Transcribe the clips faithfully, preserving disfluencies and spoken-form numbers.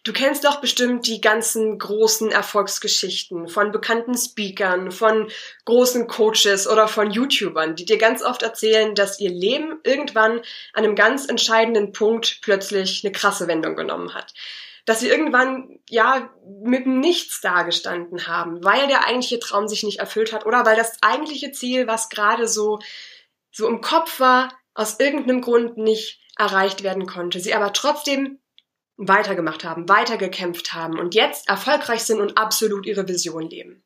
Du kennst doch bestimmt die ganzen großen Erfolgsgeschichten von bekannten Speakern, von großen Coaches oder von YouTubern, die dir ganz oft erzählen, dass ihr Leben irgendwann an einem ganz entscheidenden Punkt plötzlich eine krasse Wendung genommen hat. Dass sie irgendwann, ja, mit dem Nichts dagestanden haben, weil der eigentliche Traum sich nicht erfüllt hat oder weil das eigentliche Ziel, was gerade so, so im Kopf war, aus irgendeinem Grund nicht erreicht werden konnte. Sie aber trotzdem weitergemacht haben, weitergekämpft haben und jetzt erfolgreich sind und absolut ihre Vision leben.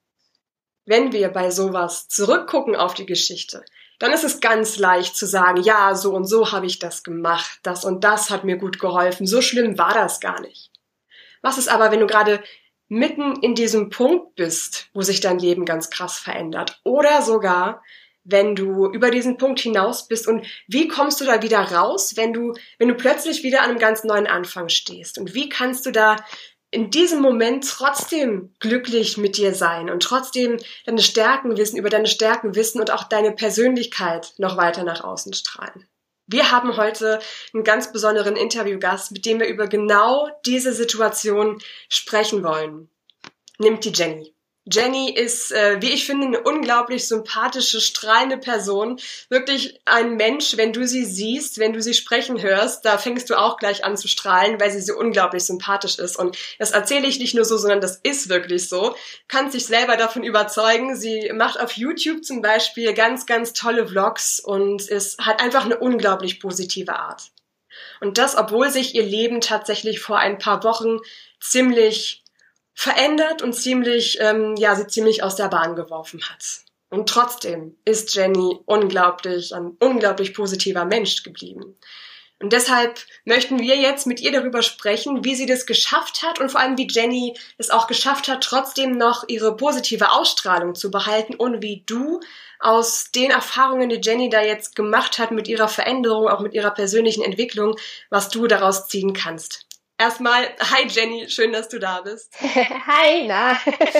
Wenn wir bei sowas zurückgucken auf die Geschichte, dann ist es ganz leicht zu sagen, ja, so und so habe ich das gemacht, das und das hat mir gut geholfen, so schlimm war das gar nicht. Was ist aber, wenn du gerade mitten in diesem Punkt bist, wo sich dein Leben ganz krass verändert oder sogar wenn du über diesen Punkt hinaus bist und wie kommst du da wieder raus, wenn du, wenn du plötzlich wieder an einem ganz neuen Anfang stehst und wie kannst du da in diesem Moment trotzdem glücklich mit dir sein und trotzdem deine Stärken wissen, über deine Stärken wissen und auch deine Persönlichkeit noch weiter nach außen strahlen. Wir haben heute einen ganz besonderen Interviewgast, mit dem wir über genau diese Situation sprechen wollen. Nimmt die Jenny. Jenny ist, äh, wie ich finde, eine unglaublich sympathische, strahlende Person. Wirklich ein Mensch, wenn du sie siehst, wenn du sie sprechen hörst, da fängst du auch gleich an zu strahlen, weil sie so unglaublich sympathisch ist. Und das erzähle ich nicht nur so, sondern das ist wirklich so. Du kannst dich selber davon überzeugen. Sie macht auf YouTube zum Beispiel ganz, ganz tolle Vlogs und es hat einfach eine unglaublich positive Art. Und das, obwohl sich ihr Leben tatsächlich vor ein paar Wochen ziemlich verändert und ziemlich, ähm, ja, sie ziemlich aus der Bahn geworfen hat. Und trotzdem ist Jenny unglaublich, ein unglaublich positiver Mensch geblieben. Und deshalb möchten wir jetzt mit ihr darüber sprechen, wie sie das geschafft hat und vor allem, wie Jenny es auch geschafft hat, trotzdem noch ihre positive Ausstrahlung zu behalten und wie du aus den Erfahrungen, die Jenny da jetzt gemacht hat mit ihrer Veränderung, auch mit ihrer persönlichen Entwicklung, was du daraus ziehen kannst. Erstmal, hi Jenny, schön, dass du da bist. Hi, na.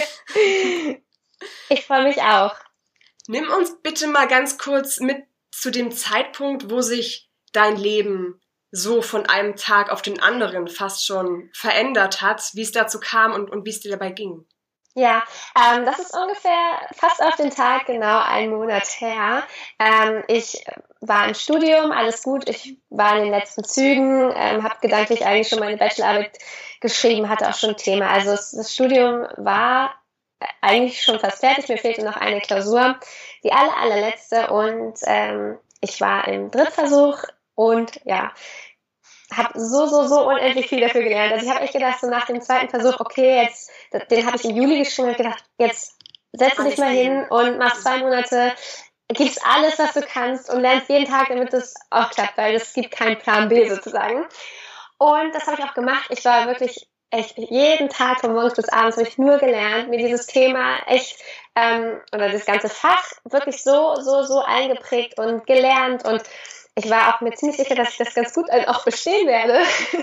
Ich freue mich auch. Nimm uns bitte mal ganz kurz mit zu dem Zeitpunkt, wo sich dein Leben so von einem Tag auf den anderen fast schon verändert hat, wie es dazu kam und, und wie es dir dabei ging. Ja, ähm, das ist ungefähr fast auf den Tag genau einen Monat her. Ähm, ich war im Studium, alles gut. Ich war in den letzten Zügen, ähm, habe gedanklich eigentlich schon meine Bachelorarbeit geschrieben, hatte auch schon ein Thema. Also das, das Studium war eigentlich schon fast fertig. Mir fehlte noch eine Klausur, die aller, allerletzte. Und ähm, ich war im Drittversuch und ja, habe so, so, so unendlich viel dafür gelernt. Also ich habe echt gedacht, so nach dem zweiten Versuch, okay, jetzt, den habe ich im Juli geschrieben und gedacht, jetzt setze dich mal hin und mach zwei Monate, gibst alles, was du kannst und lernst jeden Tag, damit das auch klappt, weil es gibt keinen Plan B sozusagen. Und das habe ich auch gemacht. Ich war wirklich echt jeden Tag von morgens bis abends habe ich nur gelernt, mir dieses Thema echt ähm, oder das ganze Fach wirklich so, so, so eingeprägt und gelernt und ich war auch mir ziemlich sicher, dass ich das ganz gut auch bestehen werde.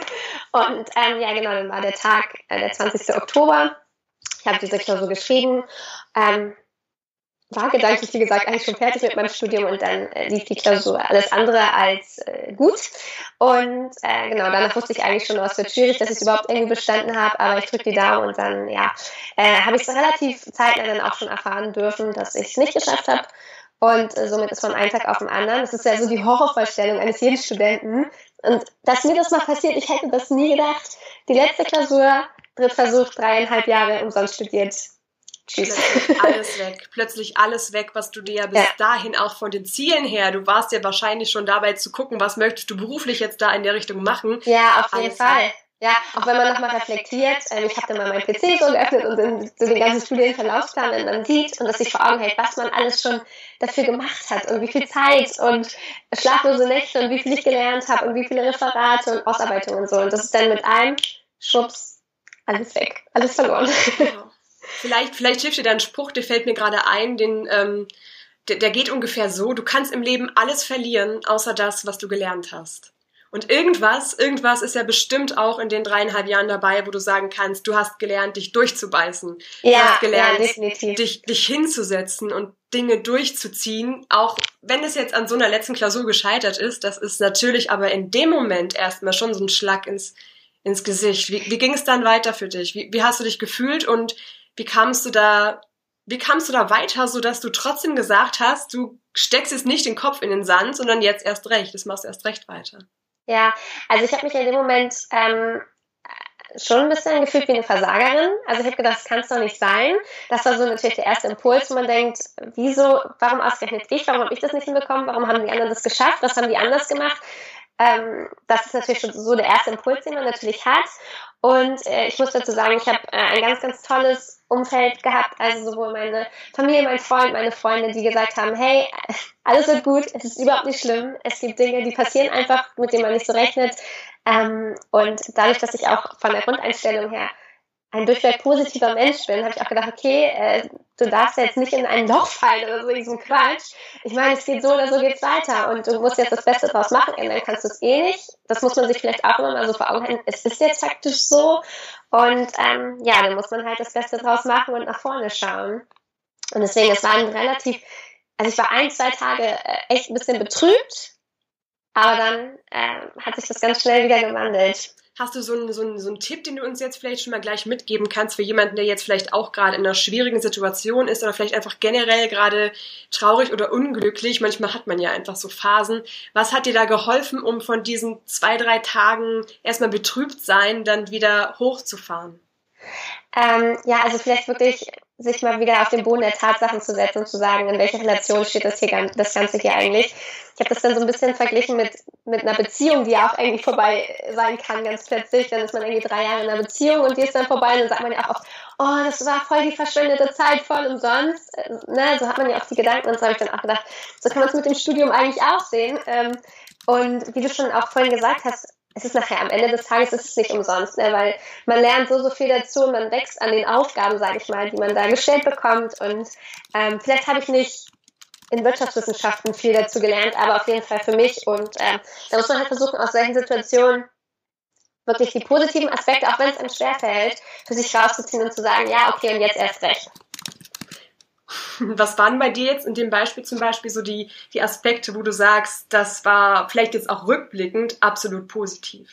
Und ähm, ja, genau, dann war der Tag, äh, der zwanzigster Oktober. Ich habe diese Klausur geschrieben, ähm, war gedanklich, wie gesagt, eigentlich schon fertig mit meinem Studium und dann äh, lief die Klausur alles andere als äh, gut. Und äh, genau, danach wusste ich eigentlich schon, oh, es wird schwierig, dass ich es überhaupt irgendwie bestanden habe, aber ich drücke die Daumen und dann, ja, äh, habe ich es relativ zeitnah dann auch schon erfahren dürfen, dass ich es nicht geschafft habe. Und äh, somit ist von einem Tag auf den anderen. Das ist ja so die Horrorvorstellung eines jeden Studenten. Und dass mir das mal passiert, ich hätte das nie gedacht. Die letzte Klausur, Drittversuch, dreieinhalb Jahre umsonst studiert. Tschüss. Plötzlich alles weg. Plötzlich alles weg, was du dir ja bis ja. dahin auch von den Zielen her, du warst ja wahrscheinlich schon dabei zu gucken, was möchtest du beruflich jetzt da in der Richtung machen. Ja, auf jeden Fall. Weg. Ja, auch wenn man nochmal reflektiert, ähm, ich habe dann mal meinen P C so geöffnet und dann so den ganzen Studienverlaufsplan dann sieht und das sich vor Augen hält, was man alles schon dafür gemacht hat und wie viel Zeit und schlaflose Nächte und wie viel ich gelernt habe und wie viele Referate und Ausarbeitungen und so. Und das ist dann mit einem Schubs alles weg, alles verloren. Genau. Vielleicht, vielleicht hilft dir da ein Spruch, der fällt mir gerade ein, den, ähm, der, der geht ungefähr so, du kannst im Leben alles verlieren, außer das, was du gelernt hast. Und irgendwas, irgendwas ist ja bestimmt auch in den dreieinhalb Jahren dabei, wo du sagen kannst, du hast gelernt, dich durchzubeißen. Ja, du hast gelernt, ja, definitiv. dich, dich hinzusetzen und Dinge durchzuziehen. Auch wenn es jetzt an so einer letzten Klausur gescheitert ist, das ist natürlich aber in dem Moment erstmal schon so ein Schlag ins, ins Gesicht. Wie, wie ging es dann weiter für dich? Wie, wie hast du dich gefühlt und wie kamst du da, wie kamst du da weiter, sodass du trotzdem gesagt hast, du steckst jetzt nicht den Kopf in den Sand, sondern jetzt erst recht, das machst du erst recht weiter? Ja, also ich habe mich in dem Moment ähm, schon ein bisschen gefühlt wie eine Versagerin. Also ich habe gedacht, das kann es doch nicht sein. Das war so natürlich der erste Impuls, wo man denkt, wieso, warum ausgerechnet ich, warum habe ich das nicht hinbekommen, warum haben die anderen das geschafft, was haben die anders gemacht? Ähm, das ist natürlich schon so der erste Impuls, den man natürlich hat. Und äh, ich muss dazu sagen, ich habe äh, ein ganz, ganz tolles Umfeld gehabt, also sowohl meine Familie, mein Freund, meine Freunde, die gesagt haben, hey, alles wird gut, es ist überhaupt nicht schlimm, es gibt Dinge, die passieren einfach, mit denen man nicht so rechnet. Ähm, und dadurch, dass ich auch von der Grundeinstellung her ein durchweg positiver Mensch bin, habe ich auch gedacht, okay, äh, du darfst jetzt nicht in ein Loch fallen oder so, diesen Quatsch. Ich meine, es geht so oder so geht's weiter und du musst jetzt das Beste draus machen, ändern kannst du es eh nicht. Das muss man sich vielleicht auch immer mal so vor Augen halten. Es ist jetzt faktisch so und ähm, ja, dann muss man halt das Beste draus machen und nach vorne schauen. Und deswegen, es war ein relativ, also ich war ein, zwei Tage äh, echt ein bisschen betrübt, aber dann äh, hat sich das ganz schnell wieder gewandelt. Hast du so einen, so, einen, so einen Tipp, den du uns jetzt vielleicht schon mal gleich mitgeben kannst für jemanden, der jetzt vielleicht auch gerade in einer schwierigen Situation ist oder vielleicht einfach generell gerade traurig oder unglücklich? Manchmal hat man ja einfach so Phasen. Was hat dir da geholfen, um von diesen zwei, drei Tagen erstmal betrübt sein, dann wieder hochzufahren? Ähm, ja, also vielleicht wirklich sich mal wieder auf den Boden der Tatsachen zu setzen und zu sagen, in welcher Relation steht das hier, das Ganze hier eigentlich. Ich habe das dann so ein bisschen verglichen mit, mit einer Beziehung, die ja auch eigentlich vorbei sein kann, ganz plötzlich. Dann ist man irgendwie drei Jahre in einer Beziehung und die ist dann vorbei und dann sagt man ja auch oft, oh, das war voll die verschwendete Zeit, voll umsonst. Ne? So hat man ja auch die Gedanken und so habe ich dann auch gedacht, so kann man es mit dem Studium eigentlich auch sehen. Und wie du schon auch vorhin gesagt hast, es ist nachher am Ende des Tages ist es nicht umsonst, ne? Weil man lernt so, so viel dazu und man wächst an den Aufgaben, sage ich mal, die man da gestellt bekommt. Und ähm, vielleicht habe ich nicht in Wirtschaftswissenschaften viel dazu gelernt, aber auf jeden Fall für mich. Und ähm, da muss man halt versuchen, aus solchen Situationen wirklich die positiven Aspekte, auch wenn es einem schwerfällt, für sich rauszuziehen und zu sagen, ja, okay, und jetzt erst recht. Was waren bei dir jetzt in dem Beispiel zum Beispiel so die, die Aspekte, wo du sagst, das war vielleicht jetzt auch rückblickend absolut positiv?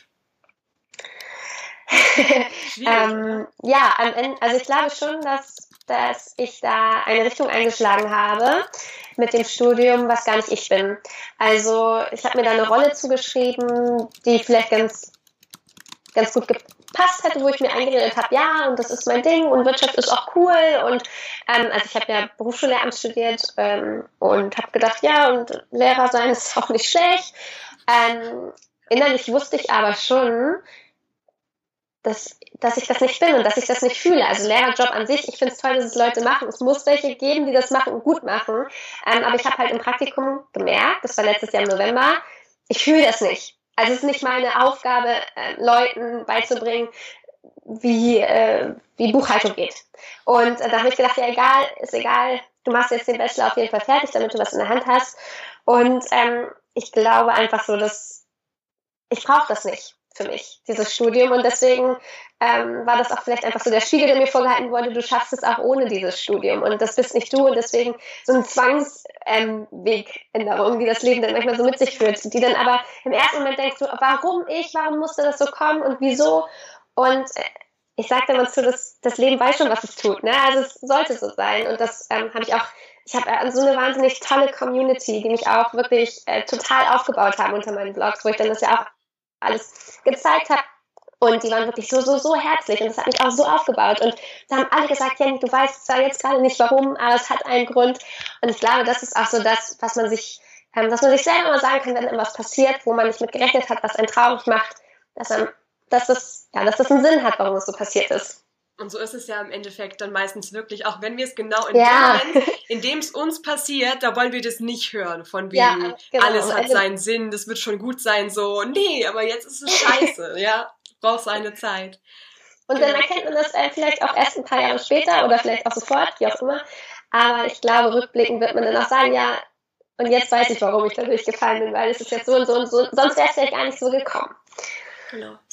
ähm, ja, am Ende, also ich glaube schon, dass, dass ich da eine Richtung eingeschlagen habe mit dem Studium, was gar nicht ich bin. Also ich habe mir da eine Rolle zugeschrieben, die vielleicht ganz, ganz gut gepasst hätte, wo ich mir eingeredet habe, ja, und das ist mein Ding und Wirtschaft ist auch cool und ähm, also ich habe ja Berufsschullehramt studiert ähm, und habe gedacht, ja, und Lehrer sein ist auch nicht schlecht. Ähm, innerlich wusste ich aber schon, dass, dass ich das nicht bin und dass ich das nicht fühle. Also Lehrerjob an sich, ich finde es toll, dass es Leute machen. Es muss welche geben, die das machen und gut machen. Ähm, aber ich habe halt im Praktikum gemerkt, das war letztes Jahr im November, ich fühle das nicht. Also es ist nicht meine Aufgabe, äh, Leuten beizubringen, wie, äh, wie Buchhaltung geht. Und äh, da habe ich gedacht, ja egal, ist egal, du machst jetzt den Bachelor auf jeden Fall fertig, damit du was in der Hand hast. Und ähm, ich glaube einfach so, dass ich brauche das nicht für mich, dieses Studium. Und deswegen ähm, war das auch vielleicht einfach so der Spiegel, der mir vorgehalten wurde, du schaffst es auch ohne dieses Studium. Und das bist nicht du. Und deswegen so ein Zwangswegänderung, ähm, die das Leben dann manchmal so mit sich führt, die dann aber im ersten Moment denkst du, warum ich, warum musste das so kommen und wieso? Und äh, ich sage immer zu, das, das Leben weiß schon, was es tut. Ne? Also es sollte so sein. Und das ähm, habe ich auch, ich habe äh, so eine wahnsinnig tolle Community, die mich auch wirklich äh, total aufgebaut haben unter meinen Blogs, wo ich dann das ja auch alles gezeigt habe. Und die waren wirklich so, so, so herzlich. Und das hat mich auch so aufgebaut. Und da haben alle gesagt, Jenny, du weißt zwar jetzt gerade nicht warum, aber es hat einen Grund. Und ich glaube, das ist auch so das, was man sich, ähm, was man sich selber mal sagen kann, wenn irgendwas passiert, wo man nicht mit gerechnet hat, was einen traurig macht, dass, ähm, dass, das, ja, dass das einen Sinn hat, warum es so passiert ist. Und so ist es ja im Endeffekt dann meistens wirklich, auch wenn wir es genau in ja. dem Moment, in dem es uns passiert, da wollen wir das nicht hören, von wegen, ja, genau. alles hat seinen Sinn, das wird schon gut sein, so, nee, aber jetzt ist es scheiße, ja, brauchst seine Zeit. Und dann erkennt man das äh, vielleicht auch erst ein paar Jahre später oder vielleicht auch sofort, wie auch immer, aber ich glaube, rückblickend wird man dann auch sagen, ja, und jetzt weiß ich, warum ich da durchgefallen bin, weil es ist jetzt so und so und so, sonst wäre es vielleicht gar nicht so gekommen. Genau.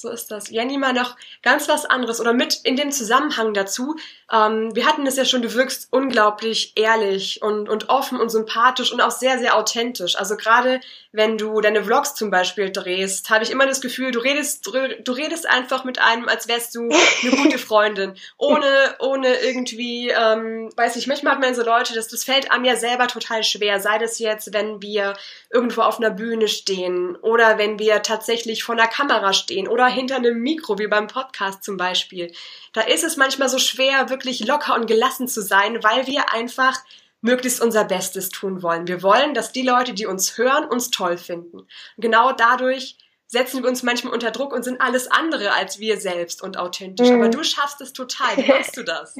so ist das. Jenny, mal noch ganz was anderes oder mit in dem Zusammenhang dazu. Ähm, wir hatten es ja schon, du wirkst unglaublich ehrlich und, und offen und sympathisch und auch sehr, sehr authentisch. Also gerade wenn du deine Vlogs zum Beispiel drehst, habe ich immer das Gefühl, du redest, du redest einfach mit einem, als wärst du eine gute Freundin. Ohne, ohne irgendwie, ähm, weiß ich, manchmal hat man so Leute, das, das fällt einem ja selber total schwer. Sei das jetzt, wenn wir irgendwo auf einer Bühne stehen oder wenn wir tatsächlich vor einer Kamera stehen oder hinter einem Mikro, wie beim Podcast zum Beispiel. Da ist es manchmal so schwer, wirklich locker und gelassen zu sein, weil wir einfach möglichst unser Bestes tun wollen. Wir wollen, dass die Leute, die uns hören, uns toll finden. Und genau dadurch setzen wir uns manchmal unter Druck und sind alles andere als wir selbst und authentisch. Mhm. Aber du schaffst es total. Wie machst du das?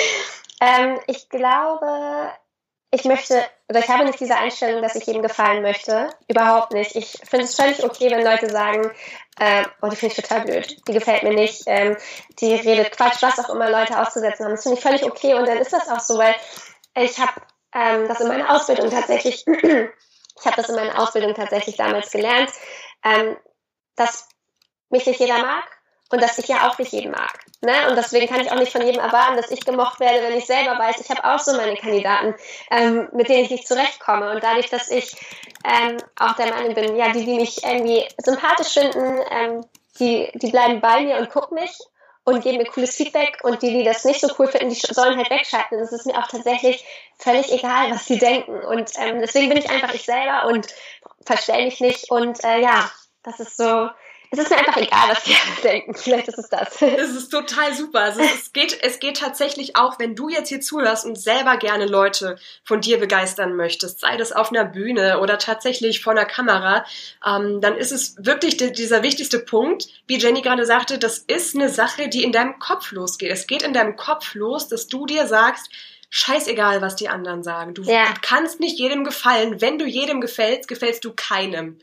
ähm, ich glaube, ich möchte, oder ich habe nicht diese Einstellung, dass ich jedem gefallen möchte. Überhaupt nicht. Ich finde es völlig okay, wenn Leute sagen, äh, oh, die finde ich total blöd, die gefällt mir nicht, ähm, die redet Quatsch, was auch immer Leute auszusetzen haben. Das finde ich völlig okay und dann ist das auch so, weil ich habe ähm, das in meiner Ausbildung tatsächlich, ich habe das in meiner Ausbildung tatsächlich damals gelernt, ähm, dass mich nicht jeder mag und dass ich ja auch nicht jeden mag. Ne? Und deswegen kann ich auch nicht von jedem erwarten, dass ich gemocht werde, wenn ich selber weiß, ich habe auch so meine Kandidaten, ähm, mit denen ich nicht zurechtkomme. Und dadurch, dass ich ähm, auch der Meinung bin, ja, die, die mich irgendwie sympathisch finden, ähm, die, die bleiben bei mir und gucken mich und geben mir cooles Feedback. Und die, die das nicht so cool finden, die sollen halt wegschalten. Es ist mir auch tatsächlich völlig egal, was sie denken. Und ähm, deswegen bin ich einfach ich selber und verstell mich nicht. Und äh, ja, das ist so... Es ist mir einfach egal, was die denken. Vielleicht ist es das. Es ist total super. Also es geht, es geht tatsächlich auch, wenn du jetzt hier zuhörst und selber gerne Leute von dir begeistern möchtest, sei das auf einer Bühne oder tatsächlich vor einer Kamera, ähm, dann ist es wirklich die, dieser wichtigste Punkt, wie Jenny gerade sagte, das ist eine Sache, die in deinem Kopf losgeht. Es geht in deinem Kopf los, dass du dir sagst, scheißegal, was die anderen sagen. Du, ja. du kannst nicht jedem gefallen. Wenn du jedem gefällst, gefällst du keinem.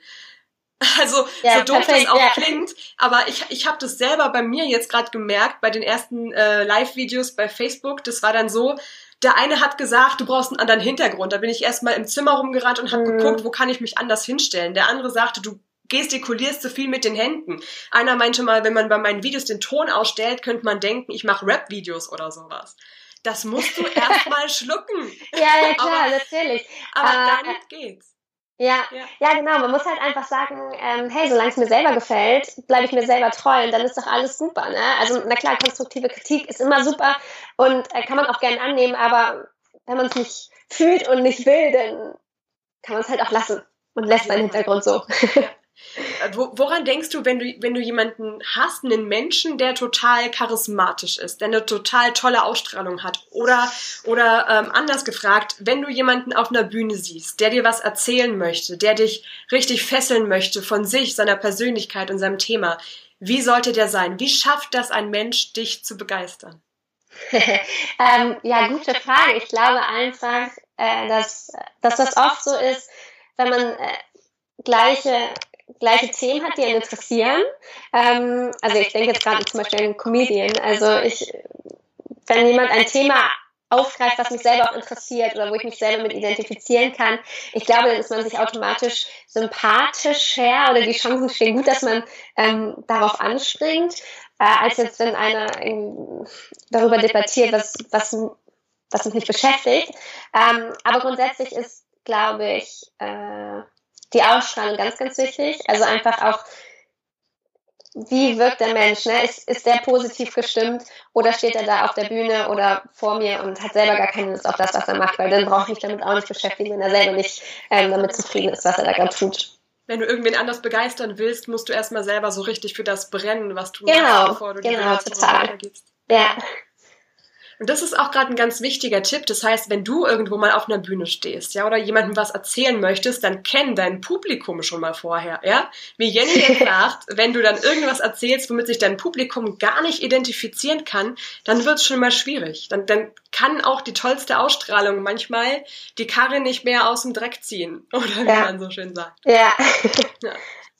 Also, ja, so doof perfekt, das auch ja. klingt, aber ich, ich habe das selber bei mir jetzt gerade gemerkt, bei den ersten äh, Live-Videos bei Facebook, das war dann so, der eine hat gesagt, du brauchst einen anderen Hintergrund, da bin ich erstmal im Zimmer rumgerannt und habe mhm. geguckt, wo kann ich mich anders hinstellen. Der andere sagte, du gestikulierst zu viel mit den Händen. Einer meinte mal, wenn man bei meinen Videos den Ton ausstellt, könnte man denken, ich mache Rap-Videos oder sowas. Das musst du erstmal schlucken. Ja, ja, klar, aber, natürlich. Aber uh, dann geht's. Ja, ja, ja, genau. Man muss halt einfach sagen, ähm, hey, solange es mir selber gefällt, bleibe ich mir selber treu und dann ist doch alles super, ne? Also, na klar, konstruktive Kritik ist immer super und äh, kann man auch gerne annehmen, aber wenn man es nicht fühlt und nicht will, dann kann man es halt auch lassen und lässt seinen Hintergrund so. Ja. Woran denkst du, wenn du, wenn du jemanden hast, einen Menschen, der total charismatisch ist, der eine total tolle Ausstrahlung hat? Oder, oder ähm, anders gefragt, wenn du jemanden auf einer Bühne siehst, der dir was erzählen möchte, der dich richtig fesseln möchte von sich, seiner Persönlichkeit und seinem Thema, wie sollte der sein? Wie schafft das ein Mensch, dich zu begeistern? ähm, ja, gute Frage. Ich glaube einfach, äh, dass, dass das oft so ist, wenn man äh, gleiche gleiche Themen hat, die einen interessieren. Ähm, also ich denke jetzt gerade zum Beispiel an Comedian. Also ich, wenn jemand ein Thema aufgreift, was mich selber auch interessiert oder wo ich mich selber mit identifizieren kann, ich glaube, dann ist man sich automatisch sympathischer oder die Chancen stehen gut, dass man ähm, darauf anspringt, äh, als jetzt, wenn einer ähm, darüber debattiert, was, was, was uns nicht beschäftigt. Ähm, aber grundsätzlich ist, glaube ich, äh, die Ausstrahlung ganz, ganz wichtig. Also einfach auch, wie wirkt der Mensch? Ne? Ist, ist der positiv gestimmt oder steht er da auf der Bühne oder vor mir und hat selber gar keine Lust auf das, was er macht? Weil dann brauche ich mich damit auch nicht beschäftigen, wenn er selber nicht ähm, damit zufrieden ist, was er da gerade tut. Wenn du irgendwen anders begeistern willst, musst du erstmal selber so richtig für das brennen, was du genau, machst, bevor du genau, die total. weitergibst. Ja. Und das ist auch gerade ein ganz wichtiger Tipp. Das heißt, wenn du irgendwo mal auf einer Bühne stehst, ja, oder jemandem was erzählen möchtest, dann kenn dein Publikum schon mal vorher, ja. Wie Jenny jetzt sagt, wenn du dann irgendwas erzählst, womit sich dein Publikum gar nicht identifizieren kann, dann wird's schon mal schwierig. Dann, dann kann auch die tollste Ausstrahlung manchmal die Karre nicht mehr aus dem Dreck ziehen. Oder wie ja. man so schön sagt. Ja. Ja.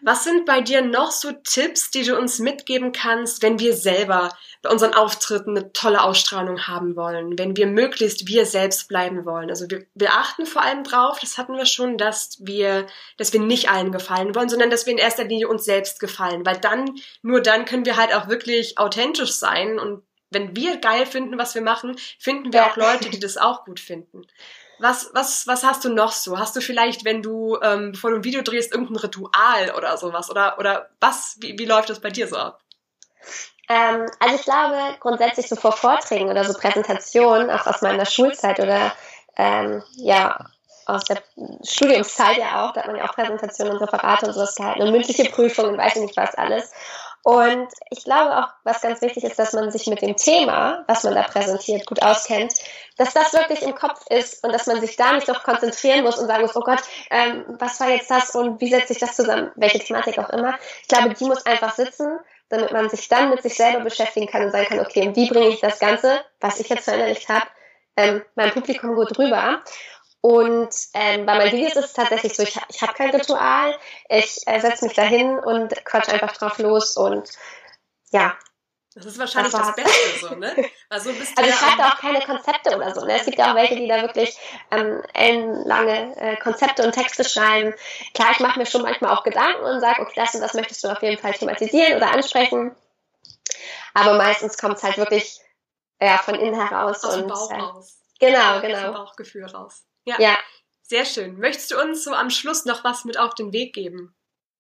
Was sind bei dir noch so Tipps, die du uns mitgeben kannst, wenn wir selber bei unseren Auftritten eine tolle Ausstrahlung haben wollen, wenn wir möglichst wir selbst bleiben wollen? Also wir, wir achten vor allem drauf, das hatten wir schon, dass wir, dass wir nicht allen gefallen wollen, sondern dass wir in erster Linie uns selbst gefallen, weil dann, nur dann können wir halt auch wirklich authentisch sein, und wenn wir geil finden, was wir machen, finden wir Ja. auch Leute, die das auch gut finden. Was, was, was hast du noch so? Hast du vielleicht, wenn du, ähm, bevor du ein Video drehst, irgendein Ritual oder sowas? Oder, oder was? Wie, wie läuft das bei dir so ab? Ähm, also ich glaube, grundsätzlich so vor Vorträgen oder so Präsentationen, auch aus meiner Schulzeit oder ähm, ja, aus der Studiumszeit ja auch, da hat man ja auch Präsentationen und Referate und sowas gehalten und mündliche Prüfungen, weiß ich nicht was alles. Und ich glaube auch, was ganz wichtig ist, dass man sich mit dem Thema, was man da präsentiert, gut auskennt, dass das wirklich im Kopf ist und dass man sich da nicht noch konzentrieren muss und sagen muss, oh Gott, ähm, was war jetzt das und wie setzt sich das zusammen, welche Thematik auch immer. Ich glaube, die muss einfach sitzen, damit man sich dann mit sich selber beschäftigen kann und sagen kann, okay, und wie bringe ich das Ganze, was ich jetzt verinnerlicht habe, ähm, meinem Publikum gut rüber. Und ähm, bei meinen Videos ist es tatsächlich so, ich, ich habe kein Ritual, ich äh, setze mich dahin und quatsch einfach drauf los und ja. Das ist wahrscheinlich das, das Beste so, ne? Also, bist du also ja ich schreibe da auch keine Konzepte oder so, ne? Es gibt ja auch welche, die da wirklich ähm, ellenlange äh, Konzepte und Texte schreiben. Klar, ich mache mir schon manchmal auch Gedanken und sage, okay, das und das möchtest du auf jeden Fall thematisieren oder ansprechen. Aber meistens kommt es halt wirklich ja, von innen heraus. aus dem und Bauch äh, raus. Genau, Aus dem genau. Bauchgefühl raus. Ja, Ja. sehr schön. Möchtest du uns so am Schluss noch was mit auf den Weg geben?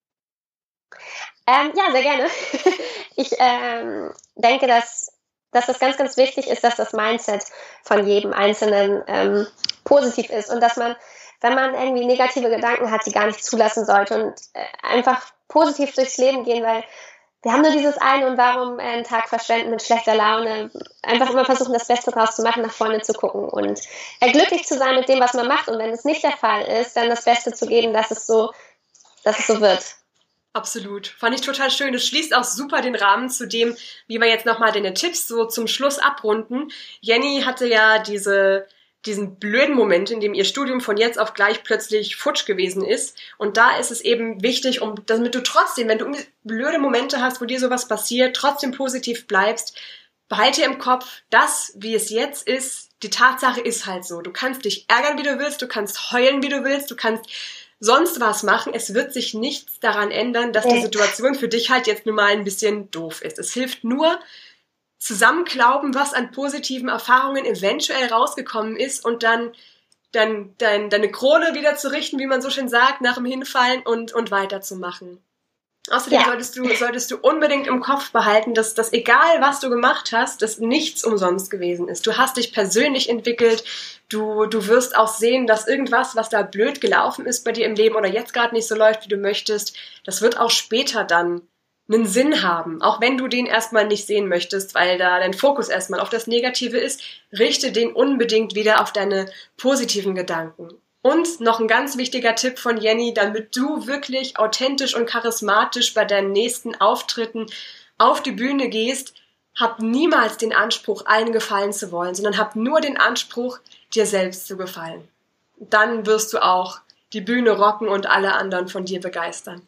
Ähm, ja, sehr gerne. Ich ähm, denke, dass, dass das ganz, ganz wichtig ist, dass das Mindset von jedem Einzelnen ähm, positiv ist und dass man, wenn man irgendwie negative Gedanken hat, die gar nicht zulassen sollte und äh, einfach positiv durchs Leben gehen, weil wir haben nur dieses eine und warum äh, einen Tag verschwenden mit schlechter Laune, einfach immer versuchen, das Beste draus zu machen, nach vorne zu gucken und äh, glücklich zu sein mit dem, was man macht, und wenn es nicht der Fall ist, dann das Beste zu geben, dass es so, dass es so wird. Absolut. Fand ich total schön. Es schließt auch super den Rahmen zu dem, wie wir jetzt nochmal deine Tipps so zum Schluss abrunden. Jenny hatte ja diese, diesen blöden Moment, in dem ihr Studium von jetzt auf gleich plötzlich futsch gewesen ist. Und da ist es eben wichtig, um, damit du trotzdem, wenn du blöde Momente hast, wo dir sowas passiert, trotzdem positiv bleibst, behalte im Kopf, das, wie es jetzt ist, die Tatsache ist halt so. Du kannst dich ärgern, wie du willst, du kannst heulen, wie du willst, du kannst sonst was machen. Es wird sich nichts daran ändern, dass die Situation für dich halt jetzt nun mal ein bisschen doof ist. Es hilft nur, zusammenklauben, was an positiven Erfahrungen eventuell rausgekommen ist, und dann, dann dein, deine Krone wieder zu richten, wie man so schön sagt, nach dem Hinfallen und, und weiterzumachen. Außerdem Ja. solltest du, solltest du unbedingt im Kopf behalten, dass, dass egal was du gemacht hast, dass nichts umsonst gewesen ist. Du hast dich persönlich entwickelt, du, du wirst auch sehen, dass irgendwas, was da blöd gelaufen ist bei dir im Leben oder jetzt gerade nicht so läuft, wie du möchtest, das wird auch später dann einen Sinn haben. Auch wenn du den erstmal nicht sehen möchtest, weil da dein Fokus erstmal auf das Negative ist, richte den unbedingt wieder auf deine positiven Gedanken. Und noch ein ganz wichtiger Tipp von Jenny, damit du wirklich authentisch und charismatisch bei deinen nächsten Auftritten auf die Bühne gehst, hab niemals den Anspruch, allen gefallen zu wollen, sondern hab nur den Anspruch, dir selbst zu gefallen. Dann wirst du auch die Bühne rocken und alle anderen von dir begeistern.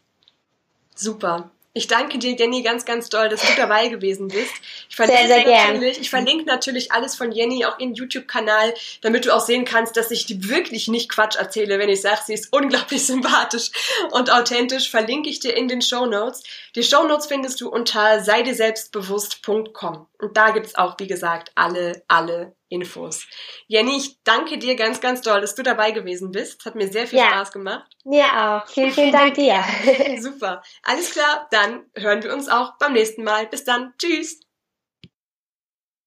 Super. Ich danke dir, Jenny, ganz, ganz doll, dass du dabei gewesen bist. Ich verlinke, sehr, sehr natürlich, ich verlinke natürlich alles von Jenny auf ihren YouTube-Kanal, damit du auch sehen kannst, dass ich die wirklich nicht Quatsch erzähle, wenn ich sage, sie ist unglaublich sympathisch und authentisch. Verlinke ich dir in den Shownotes. Die Shownotes findest du unter sei dir selbstbewusst punkt com. Und da gibt's auch, wie gesagt, alle, alle Infos. Jenny, ich danke dir ganz, ganz doll, dass du dabei gewesen bist. Es hat mir sehr viel Ja. Spaß gemacht. Mir auch. Vielen, vielen Dank dir. Super. Alles klar, dann hören wir uns auch beim nächsten Mal. Bis dann. Tschüss.